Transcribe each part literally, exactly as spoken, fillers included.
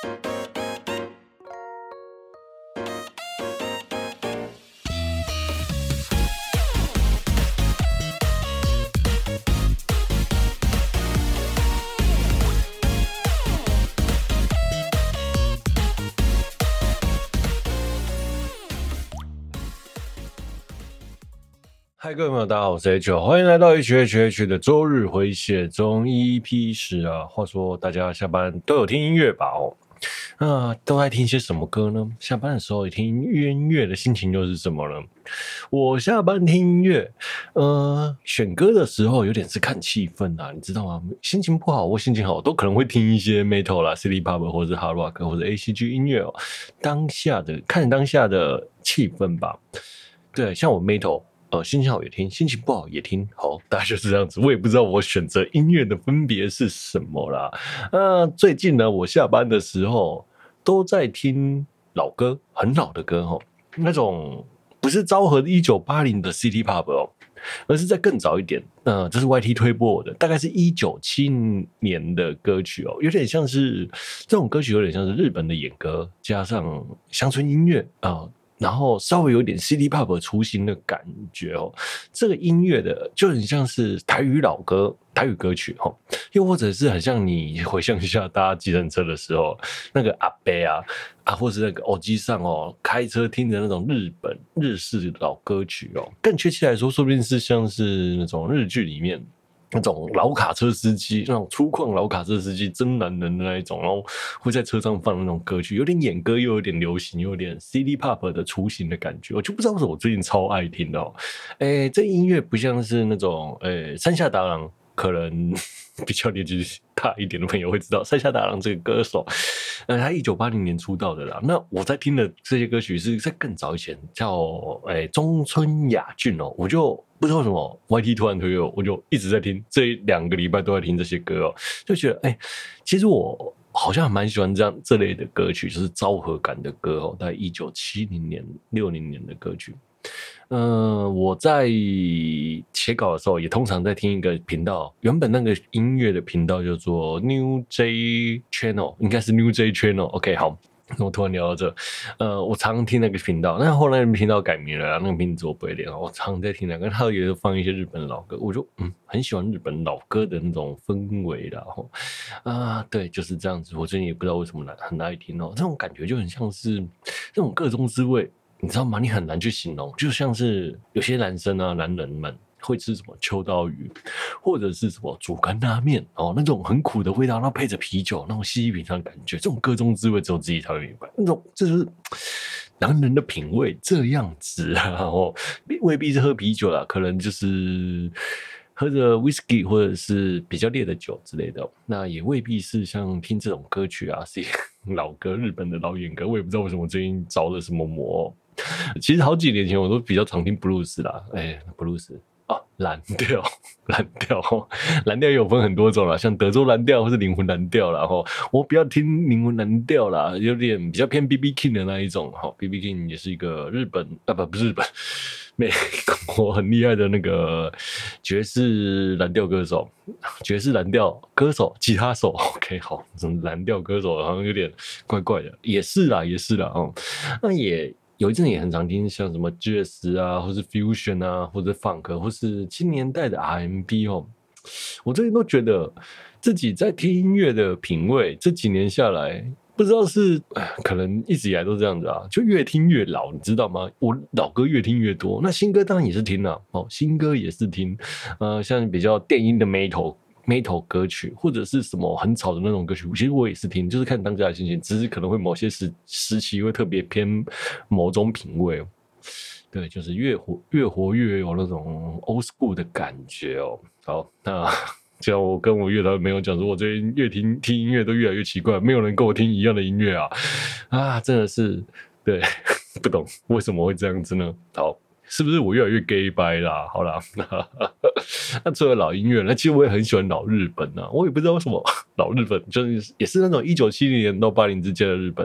嗨，各位朋友，大家好，我是 H， 欢迎来到 H H H 的周日回血中 E P 十啊。话说大家下班都有听音乐吧？哦，那都在听些什么歌呢？下班的时候也听音乐的心情又是什么呢？我下班听音乐，呃，选歌的时候有点是看气氛啊，你知道吗？心情不好或心情好，都可能会听一些 metal 啦、city pop 或者 hard rock 或者 A C G 音乐哦。当下的看当下的气氛吧。对，像我 metal。呃，心情好也听，心情不好也听，好，大概就是这样子。我也不知道我选择音乐的分别是什么啦。呃，最近呢，我下班的时候都在听老歌，很老的歌哦，那种不是昭和一九八零的 City Pop 哦，而是在更早一点。呃，这是 Y T 推播我的，大概是一九七零年的歌曲哦，有点像是这种歌曲，有点像是日本的演歌加上乡村音乐啊。呃然后稍微有点 City Pop 雏形的感觉哦，这个音乐的就很像是台语老歌、台语歌曲哦，又或者是很像你回想一下搭计程车的时候，那个阿伯啊啊，或是那个欧基上哦，开车听的那种日本日式老歌曲哦，更确切来说，说不定是像是那种日剧里面。那种老卡车司机，那种粗犷老卡车司机，真男人的那一种，然后会在车上放那种歌曲，有点演歌，又有点流行，又有点 City Pop 的雏形的感觉，我就不知道为什么我最近超爱听的哦。诶，这音乐不像是那种诶山下达郎，可能比较年纪大一点的朋友会知道，山下达郎这个歌手，呃，他一九八零年出道的啦。那我在听的这些歌曲是在更早以前，叫诶中村雅俊哦，我就。不知道为什么 Y T 突然推我，我就一直在听，这两个礼拜都在听这些歌哦，就觉得哎、欸，其实我好像蛮喜欢这样这类的歌曲，就是昭和感的歌哦，大概一九七零年、六零年的歌曲。呃，我在写稿的时候也通常在听一个频道，原本那个音乐的频道叫做 New J Channel， 应该是 New J Channel。OK， 好。我突然聊到这，呃，我常听那个频道，但后来那个频道改名了，那个名字我不会念。我常在听那个，他也放一些日本老歌，我就嗯很喜欢日本老歌的那种氛围啦。吼啊，对，就是这样子。我最近也不知道为什么很爱听哦，这种感觉就很像是这种各种滋味，你知道吗？你很难去形容，就像是有些男生啊，男人们。会吃什么秋刀鱼，或者是什么煮干拉面哦，那种很苦的味道，然后配着啤酒，那种细细品尝的感觉，这种各种滋味只有自己才会明白。那种这就是男人的品味这样子啊，哦，未必是喝啤酒啦，可能就是喝着 whisky 或者是比较烈的酒之类的，那也未必是像听这种歌曲啊，是老歌，日本的老演歌，我也不知道为什么最近着了什么魔、哦。其实好几年前我都比较常听布鲁斯啦，哎，布鲁斯。哦，蓝调，蓝调，蓝调也有分很多种啦，像德州蓝调或是灵魂蓝调啦。吼，我比较听灵魂蓝调啦，有点比较偏 B B King 的那一种。哈 ，B B King 也是一个日本啊，不不是日本，美国很厉害的那个爵士蓝调歌手，爵士蓝调歌手，吉他手。OK， 好，这种蓝调歌手好像有点怪怪的，也是啦，也是啦。哦，那也。有一阵也很常听像什么 Jazz 啊，或是 Fusion 啊，或者 Funk， 或是七年代的 R and B 哦。我最近都觉得自己在听音乐的品味，这几年下来，不知道是可能一直以来都这样子啊，就越听越老，你知道吗？我老歌越听越多，那新歌当然也是听啊，哦，新歌也是听，呃，像比较电音的 Metal。Metal 歌曲或者是什么很吵的那种歌曲，其实我也是听，就是看当下的心情，只是可能会某些时时期会特别偏某种品味，对，就是越活越活越有那种 old school 的感觉哦。好，那像我跟我乐团朋友讲说，我最近越听听音乐都越来越奇怪，没有人跟我听一样的音乐啊啊，真的是对，不懂为什么会这样子呢？好。是不是我越来越 gay 掰啦？好啦，那除了老音乐，那其实我也很喜欢老日本啊。我也不知道为什么老日本就是也是那种一九七零年到八零之间的日本哦。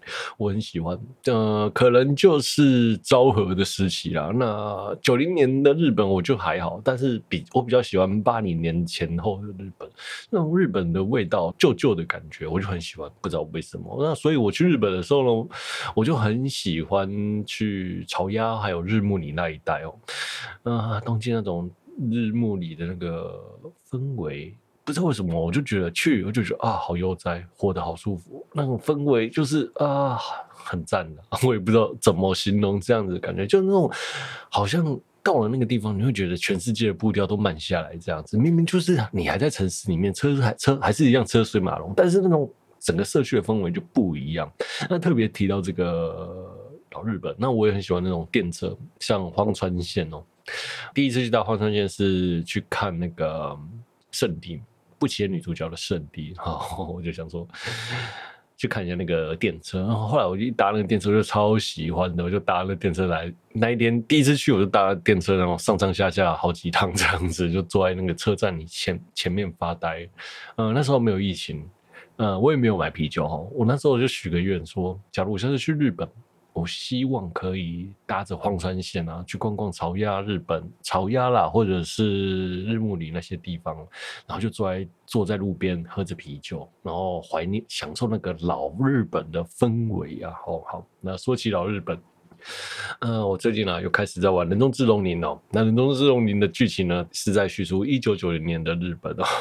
我很喜欢，呃，可能就是昭和的时期啦。那九零年的日本我就还好，但是比我比较喜欢八零年前后的日本，那种日本的味道，旧旧的感觉，我就很喜欢，不知道为什么。那所以我去日本的时候呢，我就很喜欢去潮鸭还有日暮里那一带哦，啊、东京那种日暮里的那个氛围。不知道为什么，我就觉得去，我就觉得啊，好悠哉，活得好舒服，那种氛围就是啊，很赞的。我也不知道怎么形容这样子的感觉，就那种好像到了那个地方，你会觉得全世界的步调都慢下来，这样子。明明就是你还在城市里面，车还车还是一样车水马龙，但是那种整个社区的氛围就不一样。那特别提到这个老日本，那我也很喜欢那种电车，像荒川线哦。第一次去到荒川线是去看那个圣地。不起眼女主角的圣地，然后我就想说去看一下那个电车，然后后来我一搭那个电车就超喜欢的，我就搭那个电车来。那一天第一次去我就搭电车，然后上上下下好几趟这样子，就坐在那个车站里前前面发呆。呃，那时候没有疫情，呃，我也没有买啤酒哈。我那时候就许个愿说，假如我下次去日本。我希望可以搭着荒川线啊，去逛逛潮鸭日本潮鸭啦，或者是日暮里那些地方，然后就坐在坐在路边喝着啤酒，然后怀念享受那个老日本的氛围啊。好好，那说起老日本。呃，我最近呢、啊、又开始在玩《人中之龙零》哦。那《人中之龙零》的剧情呢是在叙述一九九零年的日本哦。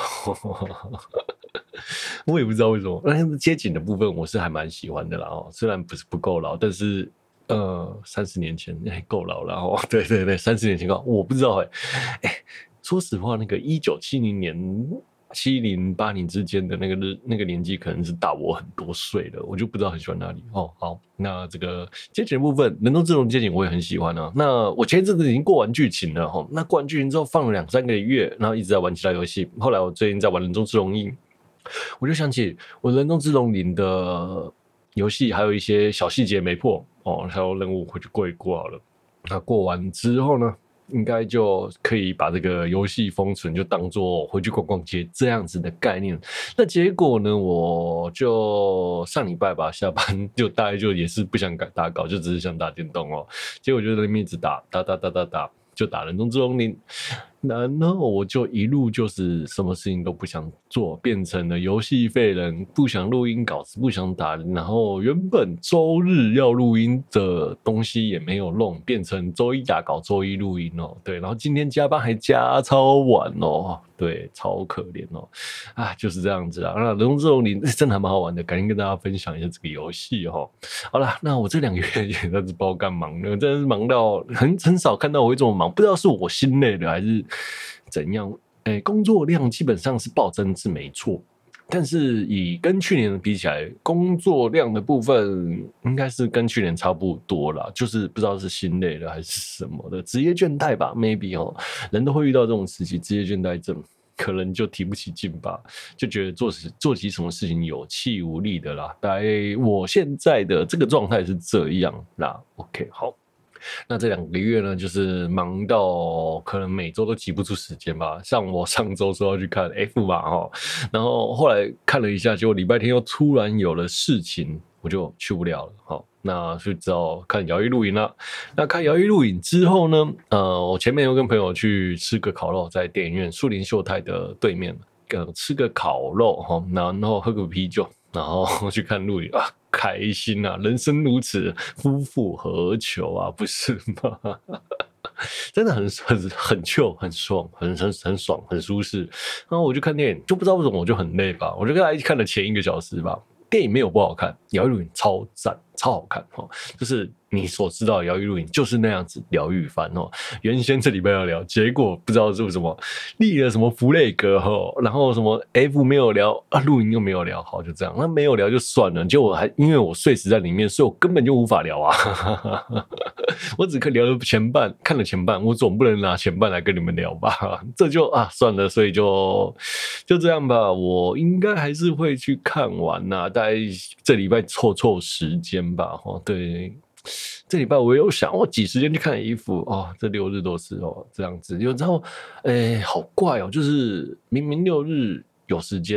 我也不知道为什么，但是街景的部分我是还蛮喜欢的啦哦。虽然不是不够老，但是呃，三十年前哎够老了哦。对对对，三十年前够，我不知道哎哎，说实话，那个一九七零年。七零八零之间的那个日那个年纪可能是大我很多岁了，我就不知道很喜欢哪里哦。好，那这个街景的部分，人中之龙街景我也很喜欢啊。那我前一阵子已经过完剧情了哈，那过完剧情之后放了两三个月，然后一直在玩其他游戏。后来我最近在玩人中之龙一，我就想起我人中之龙零的游戏还有一些小细节没破哦，还有任务回去过一过好了。那过完之后呢？应该就可以把这个游戏封存，就当做回去逛逛街这样子的概念。那结果呢，我就上礼拜吧，下班就大概就也是不想打稿，就只是想打电动哦。结果就在那边一直打打打打打打，就打人中之龙零。然后我就一路就是什么事情都不想做，变成了游戏废人，不想录音稿子，不想打。然后原本周日要录音的东西也没有弄，变成周一打稿，周一录音哦。对，然后今天加班还加超晚哦，对，超可怜哦。啊，就是这样子啊。那人中之龙零真的还蛮好玩的，赶紧跟大家分享一下这个游戏哦。好啦，那我这两个月也在这不知道干忙呢，真的是忙到很很少看到我会这么忙，不知道是我心累了还是怎样。诶，工作量基本上是暴增是没错，但是以跟去年比起来，工作量的部分应该是跟去年差不多啦，就是不知道是心累了还是什么的职业倦怠吧 ，maybe 哦，人都会遇到这种时期，职业倦怠症。可能就提不起劲吧，就觉得做做起什么事情有气无力的啦。大概我现在的这个状态是这样啦。OK， 好，那这两个月呢，就是忙到可能每周都挤不出时间吧。像我上周说要去看 F 嘛，哈，然后后来看了一下，结果礼拜天又突然有了事情，我就去不了了，哈。那就只好看摇曳露营了。那看摇曳露营之后呢，呃，我前面又跟朋友去吃个烤肉，在电影院树林秀泰的对面，呃，吃个烤肉哈，然后喝个啤酒，然后去看露营啊，开心啊！人生如此，夫复何求啊，不是吗？真的很很很 chill， 很爽，很很很爽，很舒适。然后我就看电影，就不知道为什么我就很累吧，我就跟他一起看了前一个小时吧。电影没有不好看，摇曳露营超赞，超好看哦！就是你所知道的摇曳露营就是那样子疗愈番哦。原先这礼拜要聊，结果不知道是什么立了什么弗雷格哦，然后什么 F 没有聊啊，露营又没有聊，好就这样，那没有聊就算了。结果还因为我睡死在里面，所以我根本就无法聊啊。我只可以聊了前半，看了前半，我总不能拿前半来跟你们聊吧？这就啊算了，所以就就这样吧。我应该还是会去看完呐、啊，大概这礼拜凑凑时间吧。哦，对，这礼拜我有想我挤时间去看衣服哦，这六日都是哦这样子。有之后，哎，好怪哦，就是明明六日有时间。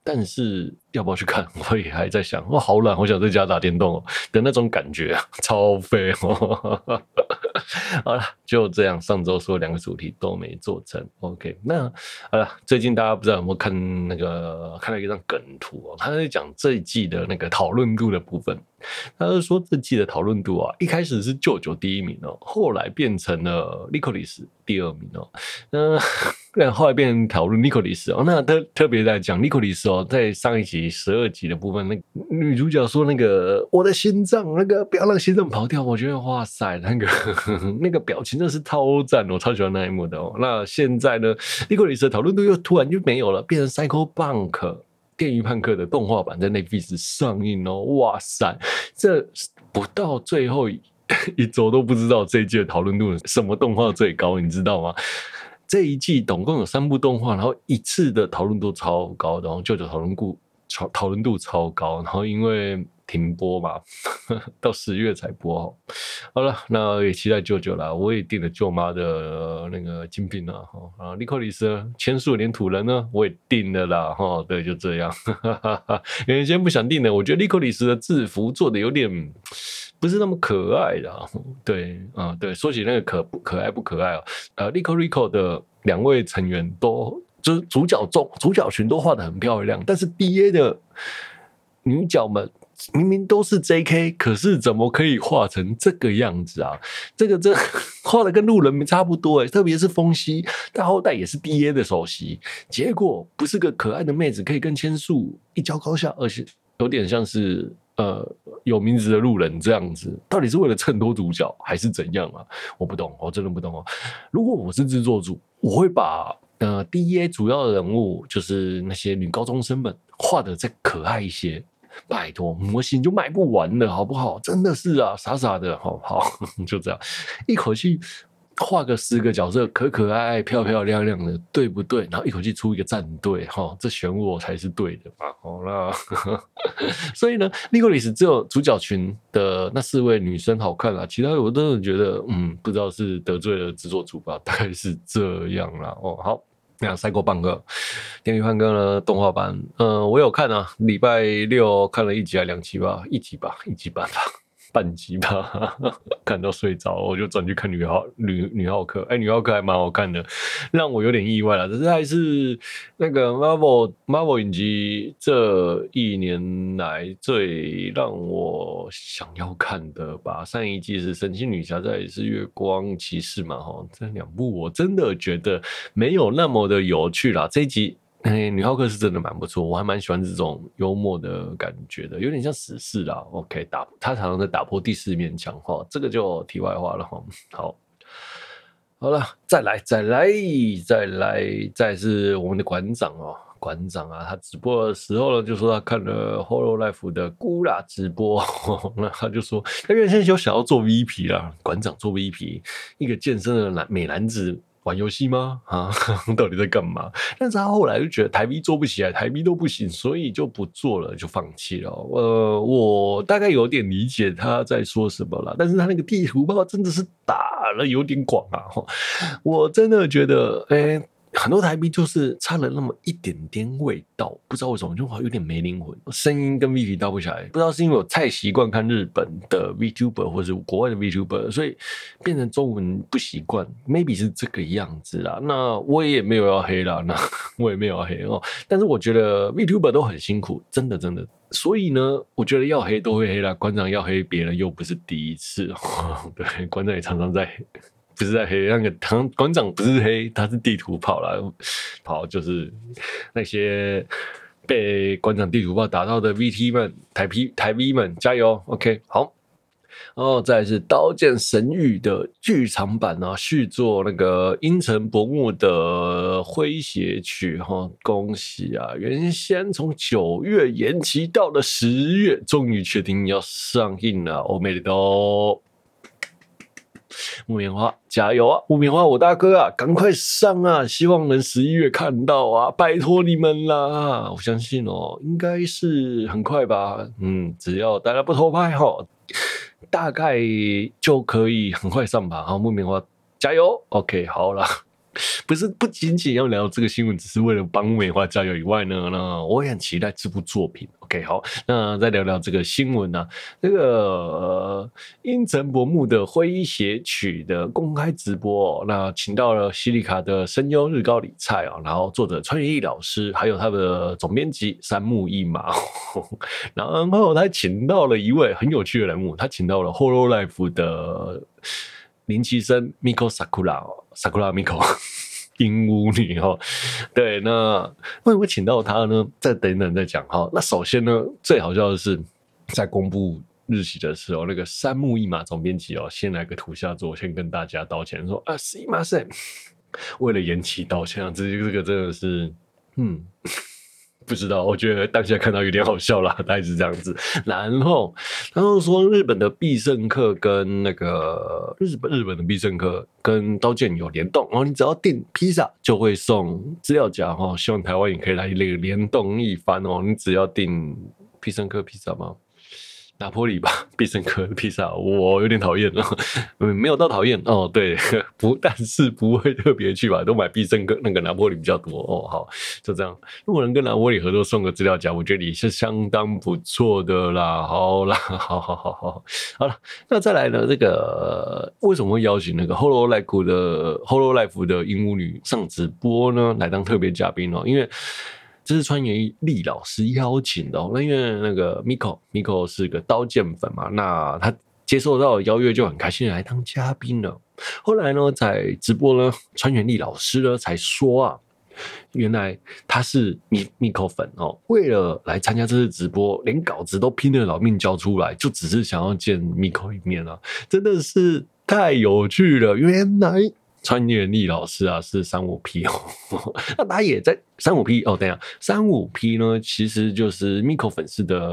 但是要不要去看，我也还在想。我好懒，好想在家打电动哦的那种感觉，超废哦。好了，就这样。上周说两个主题都没做成 ，OK。那好了，最近大家不知道有没有看那个看到一张梗图哦，他在讲这一季的那个讨论度的部分。他就说这季的讨论度啊，一开始是舅舅第一名哦，后来变成了 Licorice 第二名哦。那后来变成讨论 Licorice 哦，那特特别在讲 Licorice 哦，在上一集十二集的部分，那女主角说那个我的心脏，那个不要让心脏跑掉，我觉得哇塞，那个那个表情真的是超赞，我超喜欢那一幕的哦。那现在呢 ，Licorice 的讨论度又突然就没有了，变成 Psychopunk。电鱼判客的动画版在 Netflix 上映哦，哇塞，这不到最后一周都不知道这一季的讨论度什么动画最高，你知道吗？这一季总共有三部动画，然后一次的讨论度超高，然后舅舅讨论度超讨论度超高，然后因为停播嘛，到十月才播好。好了，那也期待舅舅啦，我也订了舅妈的、呃、那个精品啦，啊，利克里斯千树连土人呢，我也订了啦，哈，对，就这样。原先不想订的，我觉得利克里斯的制服做的有点不是那么可爱啦，对啊，对，说起那个可可爱不可爱哦，呃，利克利克的两位成员都就是主角中主角群都画得很漂亮，但是 D A 的女角们明明都是 J K， 可是怎么可以画成这个样子啊？这个这画的跟路人差不多哎，特别是风夕，他后代也是 D A 的首席，结果不是个可爱的妹子可以跟千树一较高下，而且有点像是呃有名字的路人这样子，到底是为了衬托主角还是怎样啊？我不懂，我真的不懂哦。如果我是制作组，我会把呃 D A 主要的人物就是那些女高中生们画的再可爱一些。拜托，模型就卖不完了，好不好？真的是啊，傻傻的，好好，就这样，一口气画个十个角色，可可爱爱、漂漂亮亮的，对不对？然后一口气出一个战队，哈，这选我才是对的嘛。好啦，所以呢，利克里斯只有主角群的那四位女生好看啦，其他我真的觉得，嗯，不知道是得罪了制作组吧，大概是这样啦。哦，好。那《赛过半个》电鱼判哥呢？动画版，呃，我有看啊，礼拜六看了一集还两集吧，一集吧，一集半吧，半集吧，看到睡着，我就转去看女浩女女浩克，哎，女浩克还蛮好看的，让我有点意外了。这是还是那个 Marvel Marvel 影集这一年来最让我想要看的吧。上一季是神奇女侠，再也是月光骑士嘛，哈，这两部我真的觉得没有那么的有趣啦。这一集。欸、女浩克是真的蛮不错，我还蛮喜欢这种幽默的感觉的，有点像死侍啦。OK， 打他常常在打破第四面墙哈，这个就题外话了哈。好，好了，再来，再来，再来，再是我们的馆长哦，馆长啊，他直播的时候呢，就说他看了 Hololive 的姑啦直播，那他就说他原先就想要做 V P 啦，馆长做 V P， 一个健身的男美男子。玩游戏吗？啊，到底在干嘛？但是他后来就觉得台 V 做不起来，台 V 都不行，所以就不做了，就放弃了。呃，我大概有点理解他在说什么了，但是他那个地图炮真的是打了有点广啊！我真的觉得，哎、欸。很多台币就是差了那么一点点味道，不知道为什么就好像有点没灵魂，声音跟 V P 搭不起来，不知道是因为我太习惯看日本的 VTuber 或者是国外的 VTuber， 所以变成中文不习惯 ，maybe 是这个样子啦。那我也没有要黑啦，那我也没有要黑哦。但是我觉得 VTuber 都很辛苦，真的真的。所以呢，我觉得要黑都会黑啦，馆长要黑别人又不是第一次，对，馆长也常常在黑。不是在黑，那个堂馆长不是黑，他是地图炮啦，跑就是那些被馆长地图炮打到的 V T 们、台 P 台 V 们，加油 ！OK， 好。然后再来是《刀剑神域》的剧场版啊，续作那个阴沉薄暮的诙谐曲哈，恭喜啊！原先从九月延期到了十月，终于确定要上映了，欧美的都。木棉花加油啊！木棉花我大哥啊，赶快上啊！希望能十一月看到啊，拜托你们啦！我相信哦，应该是很快吧。嗯，只要大家不偷拍哈，大概就可以很快上吧。好，木棉花加油 ！OK， 好啦。 不是不仅仅要聊这个新闻，只是为了帮美花加油以外呢，那我也很期待这部作品。OK， 好，那再聊聊这个新闻呢、啊，这个呃，阴沉薄暮的诙谐曲的公开直播、哦，那请到了西里卡的声优日高里菜啊、哦，然后作者川原义老师，还有他的总编辑三木一马，然后他请到了一位很有趣的人物，他请到了 Hololive 的林崎生 Miko Sakura Sakura Miko 鹦鹉女哈，对，那为什么请到他呢？再等等再讲哈。那首先呢，最好笑的是在公布日期的时候，那个三木一马总编辑哦，先来个图下作，先跟大家道歉说啊，すいません，为了延期道歉啊，这这个真的是，嗯。不知道，我觉得当下看到有点好笑啦，大概是这样子。然后，然后说日本的必胜客跟那个日本日本的必胜客跟刀剑有联动，然后你只要订披萨就会送资料夹哈，希望台湾也可以来那个联动一番哦。你只要订必胜客披萨吗？拿坡里吧，必胜客的披萨我有点讨厌了，没有到讨厌哦，对，不，但是不会特别去吧，都买必胜客那个拿坡里比较多哦。好，就这样，如果能跟拿坡里合作送个资料夹，我觉得也是相当不错的啦。好啦，好好好好，好了，那再来呢，这个为什么会邀请那个 Hololive 的 Hololive 的鹦鹉女上直播呢？来当特别嘉宾哦，因为。这是川原丽老师邀请的哦，那因为那个 Miko Miko 是个刀剑粉嘛，那他接受到邀约就很开心的来当嘉宾了。后来呢，在直播呢，川原丽老师呢才说啊，原来他是 Miko 粉哦，为了来参加这次直播，连稿子都拼了老命交出来，就只是想要见 Miko 一面啊，真的是太有趣了，原来。川原丽老师啊，是三五 P 哦，那他也在三五 P 哦，等一下三五 P 呢，其实就是 Miko 粉丝的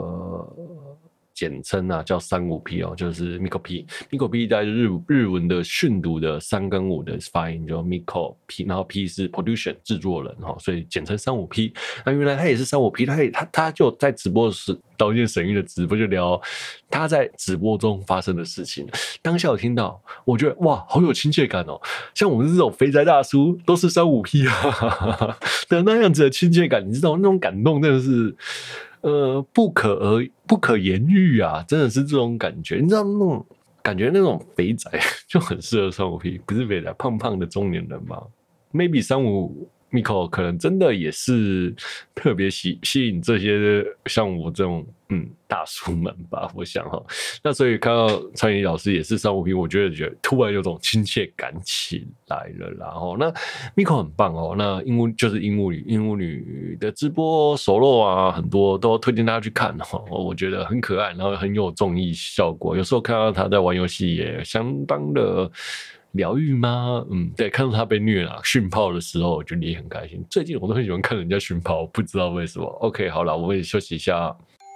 简称啊，叫三五 P 哦，就是 Miko P。Miko P 在日日文的训读的三跟五的发音就 Miko P， 然后 P 是 production 制作人哈，所以简称三五 P。那原来他也是三五 P， 他也他他就在直播时刀剑神域的直播就聊他在直播中发生的事情。当下我听到，我觉得哇，好有亲切感哦！像我们这种肥宅大叔都是三五 P 啊的那样子的亲切感，你知道那种感动真的是。呃，不可而不可言喻啊，真的是这种感觉。你知道那种感觉，那种肥宅就很适合三五 P， 不是肥宅，胖胖的中年人嘛 ？Maybe 三五 Miko 可能真的也是特别吸吸引这些像我这种嗯大叔们吧，我想哈。那所以看到川原老师也是三五 P， 我觉得觉得突然有种亲切感起来了啦。然那 Miko 很棒哦，那鹦鹉就是鹦鹉女，鹦鹉女的直播熟肉啊，很多都推荐大家去看哦，我觉得很可爱，然后很有综艺效果。有时候看到他在玩游戏也相当的。疗愈吗？嗯，对，看到他被虐啊、训炮的时候，我觉得也很开心。最近我都很喜欢看人家训炮，不知道为什么。OK， 好了，我们也休息一下。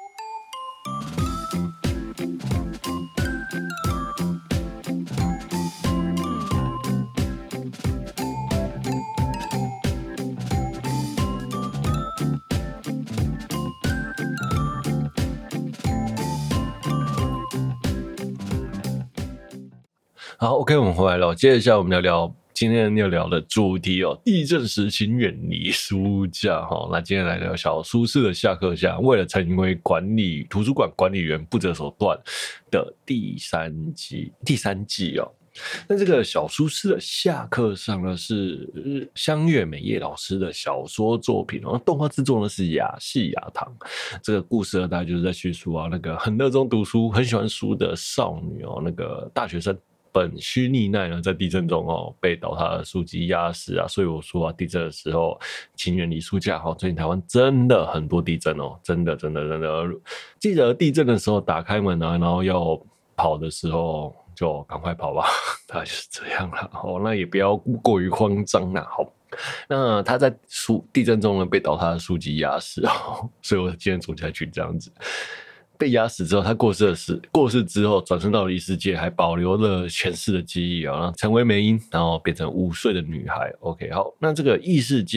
好 ，OK， 我们回来了。接下来我们聊聊今天要聊的主题哦，地震时请远离书架哈。那今天来聊小苏轼的下课下，为了成为管理图书馆管理员不择手段的第三季第三季哦。那这个小苏轼的下课上呢是香月美叶老师的小说作品哦，动画制作呢是雅系雅堂。这个故事呢大概就是在叙述啊，那个很热衷读书、很喜欢书的少女哦，那个大学生。本须逆奈呢，在地震中哦被倒塌的书籍压死啊，所以我说啊，地震的时候请远离书架哈。最近台湾真的很多地震哦，真的真的真的，记得地震的时候打开门啊，然后要跑的时候就赶快跑吧，大概就是这样啦。哦，那也不要过于慌张啦。好，那他在书地震中呢被倒塌的书籍压死哦，所以我今天主题才取这样子。被压死之后，他过世的时过世之后，转生到了异世界，还保留了前世的记忆啊，成为梅因，然后变成五岁的女孩。OK， 好，那这个异世界啊，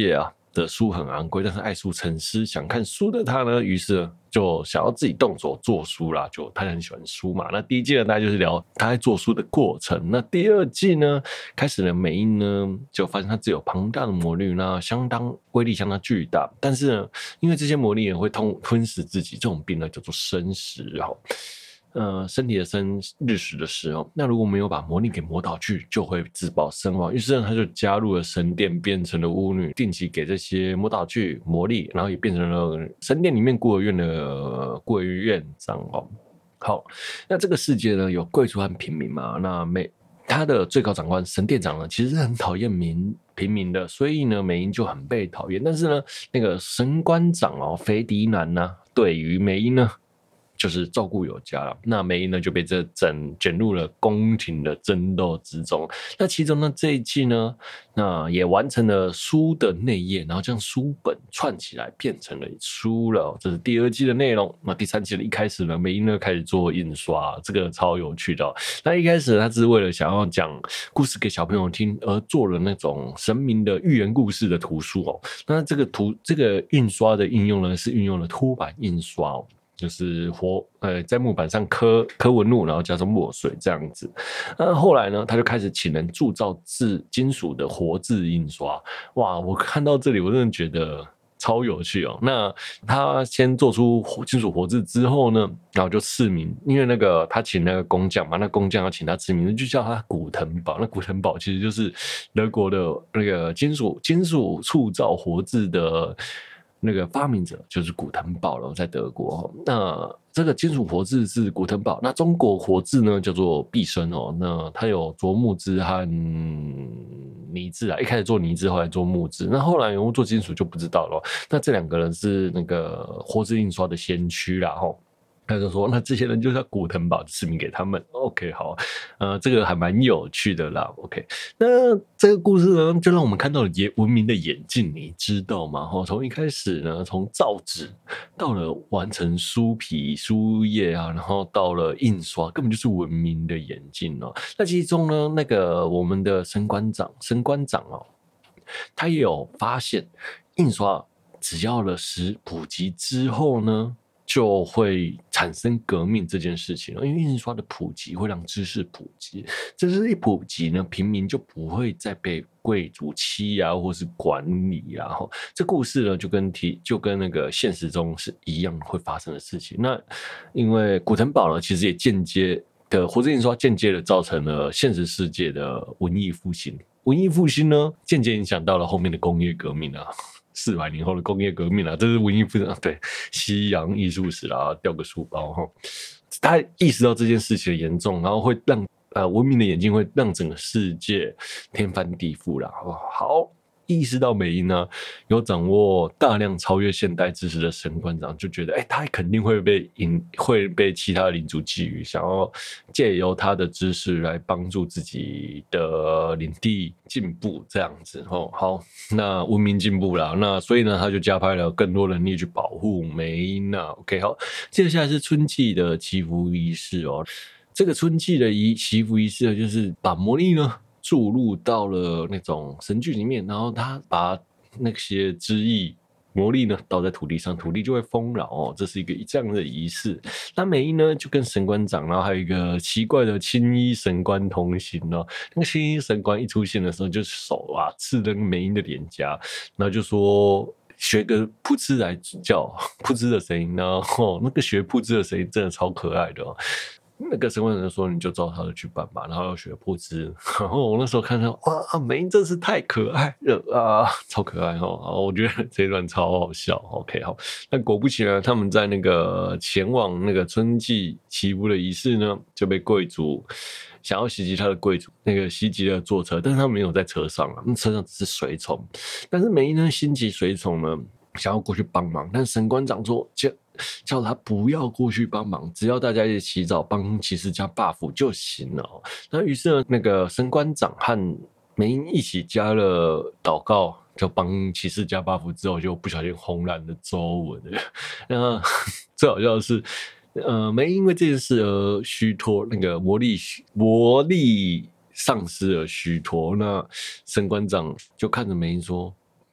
的书很昂贵，但是爱书成诗，想看书的他呢，于是就想要自己动手做书啦。就他很喜欢书嘛。那第一季呢，大家就是聊他在做书的过程。那第二季呢，开始了，美英呢就发现他自有庞大的魔力，那相当威力相当巨大。但是呢，因为这些魔力也会吞吞噬自己，这种病呢叫做生食哦。呃，身体的生，日食的食哦。那如果没有把魔力给魔导去，就会自爆身亡。于是呢，他就加入了神殿，变成了巫女，定期给这些魔导具魔力，然后也变成了神殿里面孤儿院的孤儿院长哦。好，那这个世界呢，有贵族和平民嘛？那每他的最高长官神殿长呢，其实是很讨厌民平民的，所以呢，美英就很被讨厌。但是呢，那个神官长哦，菲迪南呢，对于美英呢，就是照顾有加了。那美英呢就被这整卷入了宫廷的争斗之中。那其中呢这一季呢，那也完成了书的内页，然后将书本串起来变成了书了。这是第二季的内容。那第三季的一开始呢，美英呢开始做印刷，这个超有趣的哦。那一开始他只是为了想要讲故事给小朋友听，而做了那种神明的寓言故事的图书哦。那这个图这个印刷的应用呢，是运用了凸版印刷哦。就是活呃在木板上刻刻纹路，然后加上墨水这样子。那后来呢，他就开始请人铸造制金属的活字印刷。哇，我看到这里我真的觉得超有趣哦。那他先做出金属活字之后呢，然后就赐名，因为那个他请那个工匠嘛，那工匠要请他赐名，就叫他古腾堡。那古腾堡其实就是德国的那个金属金属铸造活字的那个发明者，就是古腾堡了，在德国。那这个金属活字是古腾堡，那中国活字呢叫做毕生哦。那它有做木质和泥质啊，一开始做泥质，后来做木质，那后来有没有做金属就不知道了。那这两个人是那个活字印刷的先驱啦吼。他就说，那这些人就叫古腾堡，赐名给他们。OK， 好，呃，这个还蛮有趣的啦。OK， 那这个故事呢，就让我们看到了文明的演进，你知道吗？哈，从一开始呢，从造纸到了完成书皮、书页啊，然后到了印刷，根本就是文明的演进哦。那其中呢，那个我们的神官长，神官长哦，他也有发现，印刷只要了使普及之后呢，就会产生革命这件事情，因为印刷的普及会让知识普及，知识一普及呢，平民就不会再被贵族欺压或是管理啊。这故事呢，就跟提就跟那个现实中是一样会发生的事情。那因为古腾堡呢，其实也间接的活字印刷间接的造成了现实世界的文艺复兴。文艺复兴呢，间接影响到了后面的工业革命啊。四百年后的工业革命啊，这是文艺复兴啊，对，西洋艺术史啊，掉个书包哈。他意识到这件事情的严重，然后会让呃文明的演进会让整个世界天翻地覆啦。好，意识到美英呢有掌握大量超越现代知识的神官长，就觉得哎、欸，他肯定会被引会被其他领主觊觎，想要借由他的知识来帮助自己的领地进步，这样子哦。好，那文明进步啦，那所以呢，他就加派了更多人力去保护美英啊。OK， 好，接下来是春季的祈福仪式哦。这个春季的仪祈福仪式呢，就是把魔力呢注入到了那种神具里面，然后他把那些汁液魔力呢倒在土地上，土地就会丰饶哦。这是一个这样的仪式。那美英呢就跟神官长，然后还有一个奇怪的青衣神官同行哦。那个青衣神官一出现的时候，就手啊刺那个美英的脸颊，然后就说学个噗嗤来叫噗嗤的声音，然后那个学噗嗤的声音真的超可爱的哦。那个神官人说：“你就照他的去办吧。”然后要学噗嗤。然后我那时候看到，哇，美英真是太可爱了啊，超可爱哦！我觉得这一段超好笑。OK， 好，那果不其然，他们在那个前往那个春季祈福的仪式呢，就被贵族想要袭击他的贵族那个袭击了坐车，但是他没有在车上啊，那车上只是随从。但是美英呢，心急随从呢，想要过去帮忙，但神官长说叫叫他不要过去帮忙，只要大家一起洗澡帮骑士加 buff 就行了哦。那于是呢，那个神官长和美英一起加了祷告，就帮骑士加 buff 之后，就不小心轰烂了周文了。那最好笑的是，呃，美英因为这件事而虚脱，那个魔力魔力丧失而虚脱。那神官长就看着美英说：“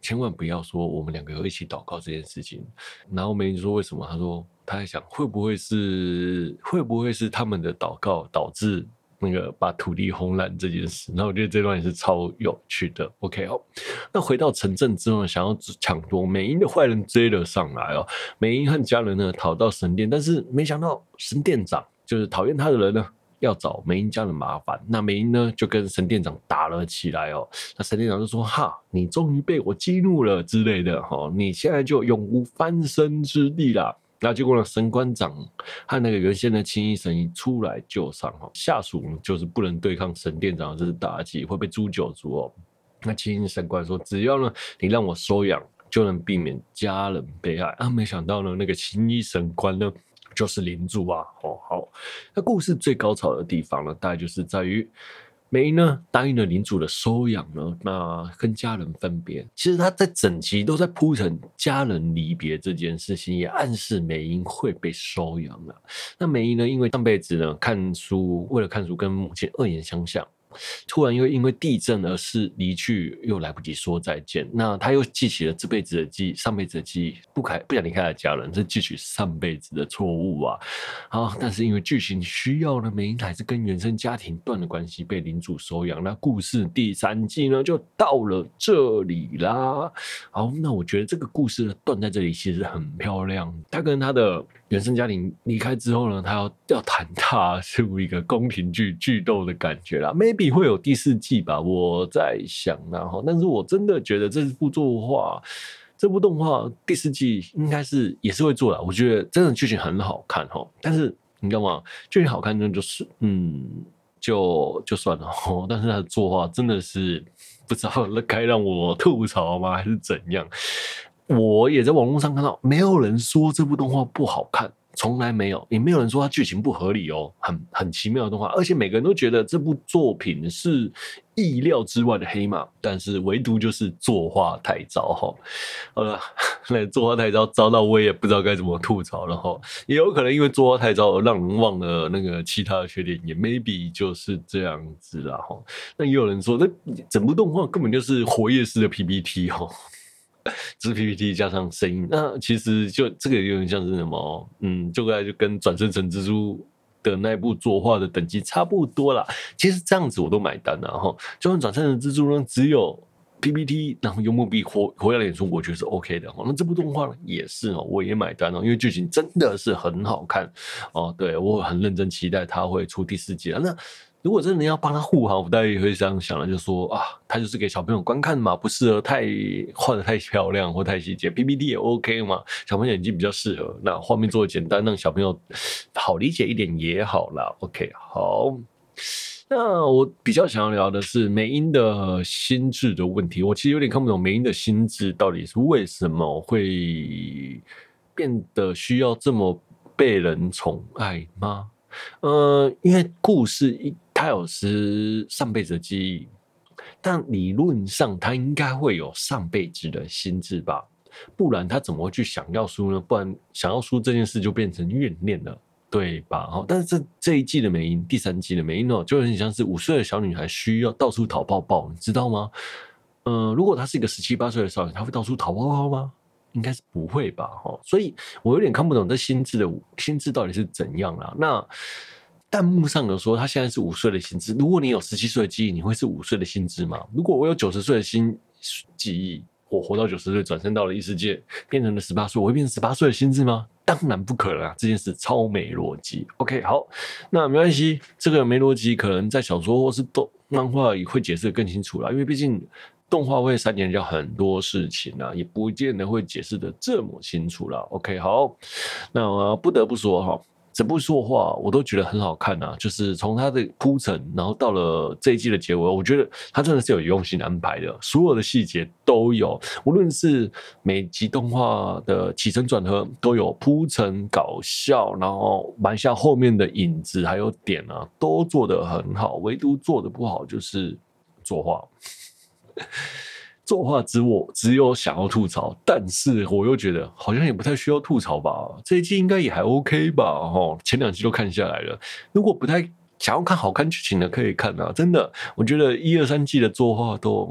千万不要说我们两个有一起祷告这件事情。然后梅姨就说为什么？他说他在想会不会是会不会是他们的祷告导致那个把土地轰烂这件事。然后我觉得这段也是超有趣的。 OK 好，那回到城镇之后，想要抢夺美英的坏人追了上来哦。美英和家人呢逃到神殿，但是没想到神殿长就是讨厌他的人呢要找梅英家人麻烦。那梅英呢就跟神殿长打了起来哦。那神殿长就说哈，你终于被我激怒了之类的、哦、你现在就永无翻身之地啦。那结果呢，神官长和那个原先的青衣神医出来救伤，下属就是不能对抗神殿长，这是大忌，会被诛九族哦。那青衣神官说，只要呢你让我收养，就能避免家人被害啊。没想到呢，那个青衣神官呢就是领主啊。哦，好，那故事最高潮的地方呢，大概就是在于梅英呢答应了领主的收养呢，那跟家人分别。其实他在整集都在铺陈家人离别这件事情，也暗示梅英会被收养了。那梅英呢，因为上辈子呢看书，为了看书跟母亲恶言相向，突然又因为地震而是离去，又来不及说再见。那他又记起了这辈子的记忆，上辈子的记忆，不开不想离开他的家人，这汲取上辈子的错误啊。好，但是因为剧情需要呢，梅英还是跟原生家庭断了关系，被领主收养。那故事第三季呢，就到了这里啦。好，那我觉得这个故事呢断在这里其实很漂亮。他跟他的原生家庭离开之后呢，他要要谈踏出一个宫廷剧剧斗的感觉啦。Maybe 会有第四季吧，我在想啦。但是我真的觉得这部作画，这部动画第四季应该是也是会做啦。我觉得真的剧情很好看齁，但是你知道吗？剧情好看真的就是嗯，就就算了齁，但是他的作画真的是不知道该让我吐槽吗，还是怎样？我也在网络上看到，没有人说这部动画不好看，从来没有，也没有人说它剧情不合理哦，很很奇妙的动画，而且每个人都觉得这部作品是意料之外的黑马，但是唯独就是作画太糟哈。好了，那作画太糟，糟到我也不知道该怎么吐槽了哈。也有可能因为作画太糟而让人忘了那个其他的缺点，也 maybe 就是这样子啦哈。那也有人说，这整部动画根本就是活页式的 P P T 哈。只是 P P T 加上声音，那其实就这个有点像是什么，嗯，就就跟转生成蜘蛛的那部作画的等级差不多啦。其实这样子我都买单了哈。就算转生成蜘蛛呢，只有 P P T， 然后幽默币活活跃脸书，我觉得是 OK 的。那这部动画呢也是哦，我也买单哦，因为剧情真的是很好看哦。对，我很认真期待它会出第四季了。那如果真的要帮他护航，我大概也会这样想了，就说啊，他就是给小朋友观看嘛，不适合太画得太漂亮或太细节 ，P P T 也 OK 嘛，小朋友眼睛比较适合，那画面做的简单，让小朋友好理解一点也好啦。OK， 好。那我比较想要聊的是梅英的心智的问题，我其实有点看不懂梅英的心智到底是为什么会变得需要这么被人宠爱吗？呃，因为故事一他有是上辈子的记忆，但理论上他应该会有上辈子的心智吧，不然他怎么会去想要输呢？不然想要输这件事就变成怨念了，对吧？但是这这一季的梅英，第三季的梅英哦，就很像是五岁的小女孩需要到处讨抱抱，你知道吗？呃，如果她是一个十七八岁的少女，她会到处讨抱抱吗？应该是不会吧，所以我有点看不懂这心智的心智到底是怎样啦。那弹幕上有说他现在是五岁的心智，如果你有十七岁的记忆，你会是五岁的心智吗？如果我有九十岁的心记忆，我活到九十岁转生到了异世界，变成了十八岁，我会变成十八岁的心智吗？当然不可能啊，这件事超没逻辑。OK， 好，那没关系，这个没逻辑可能在小说或是动漫画也会解释得更清楚啦，因为毕竟动画会删减掉很多事情啊，也不见得会解释得这么清楚啦。OK， 好，那我不得不说哈，整部作画我都觉得很好看啊，就是从它的铺陈，然后到了这一季的结尾，我觉得它真的是有用心安排的，所有的细节都有，无论是每集动画的起承转合都有铺陈搞笑，然后埋下后面的影子还有点啊，都做得很好，唯独做得不好就是作画。作画只我只有想要吐槽，但是我又觉得好像也不太需要吐槽吧，这一季应该也还 OK 吧，前两季都看下来了，如果不太想要看好看剧情的可以看啊，真的，我觉得一二三季的作画都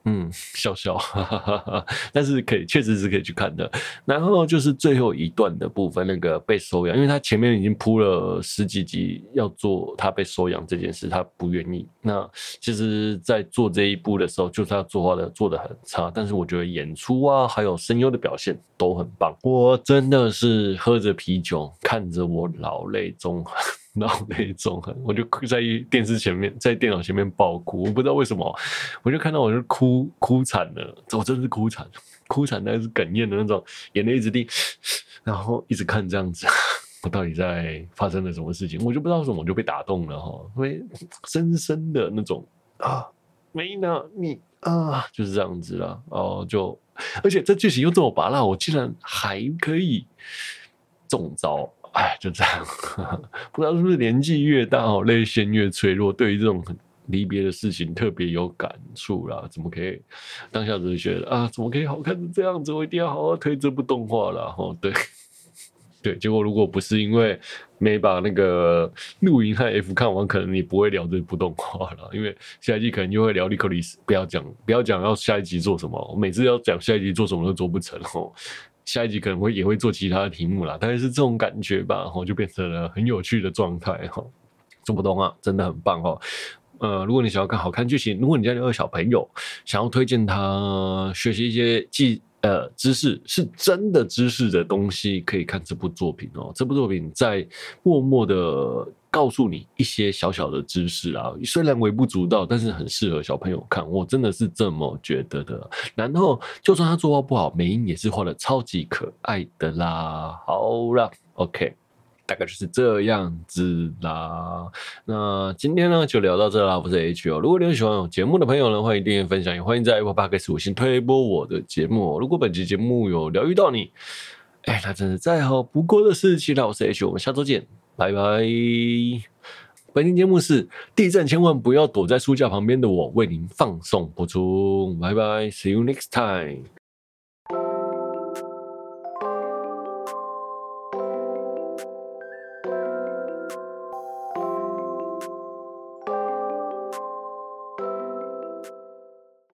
嗯，笑笑，哈哈哈哈，但是可以，确实是可以去看的。然后就是最后一段的部分，那个被收养，因为他前面已经铺了十几集要做他被收养这件事，他不愿意。那其实，在做这一部的时候，就是他作画的做的很差，但是我觉得演出啊，还有声优的表现都很棒。我真的是喝着啤酒，看着我老泪纵横。老泪纵横，我就在电视前面，在电脑前面爆哭，我不知道为什么，我就看到我就哭哭惨了，我真的是哭惨，哭惨但是哽咽的那种，眼泪一直滴，然后一直看这样子，我到底在发生了什么事情，我就不知道为什么我就被打动了哈，因为深深的那种啊，没呢你啊，就是这样子啦，哦，就而且这剧情又这么拔辣，我竟然还可以中招。哎，就这样，不知道是不是年纪越大哦，泪腺越脆弱，对于这种离别的事情特别有感触啦。怎么可以当下只是觉得啊，怎么可以好看成这样子？我一定要好好推这部动画啦。哦，对对，结果如果不是因为没把那个露营和 F 看完，可能你不会聊这部动画了，因为下一季可能就会聊利克里斯，不要讲不要讲要下一集做什么，我每次要讲下一集做什么都做不成哦。下一集可能会也会做其他的题目啦，大概是这种感觉吧，就变成了很有趣的状态哈。中不懂啊，真的很棒哦。呃，如果你想要看好看剧情，如果你家里有小朋友，想要推荐他学习一些技呃知识，是真的知识的东西，可以看这部作品哦。这部作品在默默的告诉你一些小小的知识啊，虽然微不足道，但是很适合小朋友看，我真的是这么觉得的。然后，就算他作画不好，美音也是画的超级可爱的啦。好啦 OK。大概就是这样子啦。那今天呢就聊到这啦，我是 H 哦。如果你很喜欢我节目的朋友呢，欢迎订阅分享，也欢迎在 Apple Podcast 五星推播我的节目、哦。如果本期节目有疗愈到你，哎，那真是再好不过的事情啦。我是 H， 我们下周见，拜拜。本期节目是地震千万不要躲在书架旁边的我为您放送播出，拜拜 ，See you next time。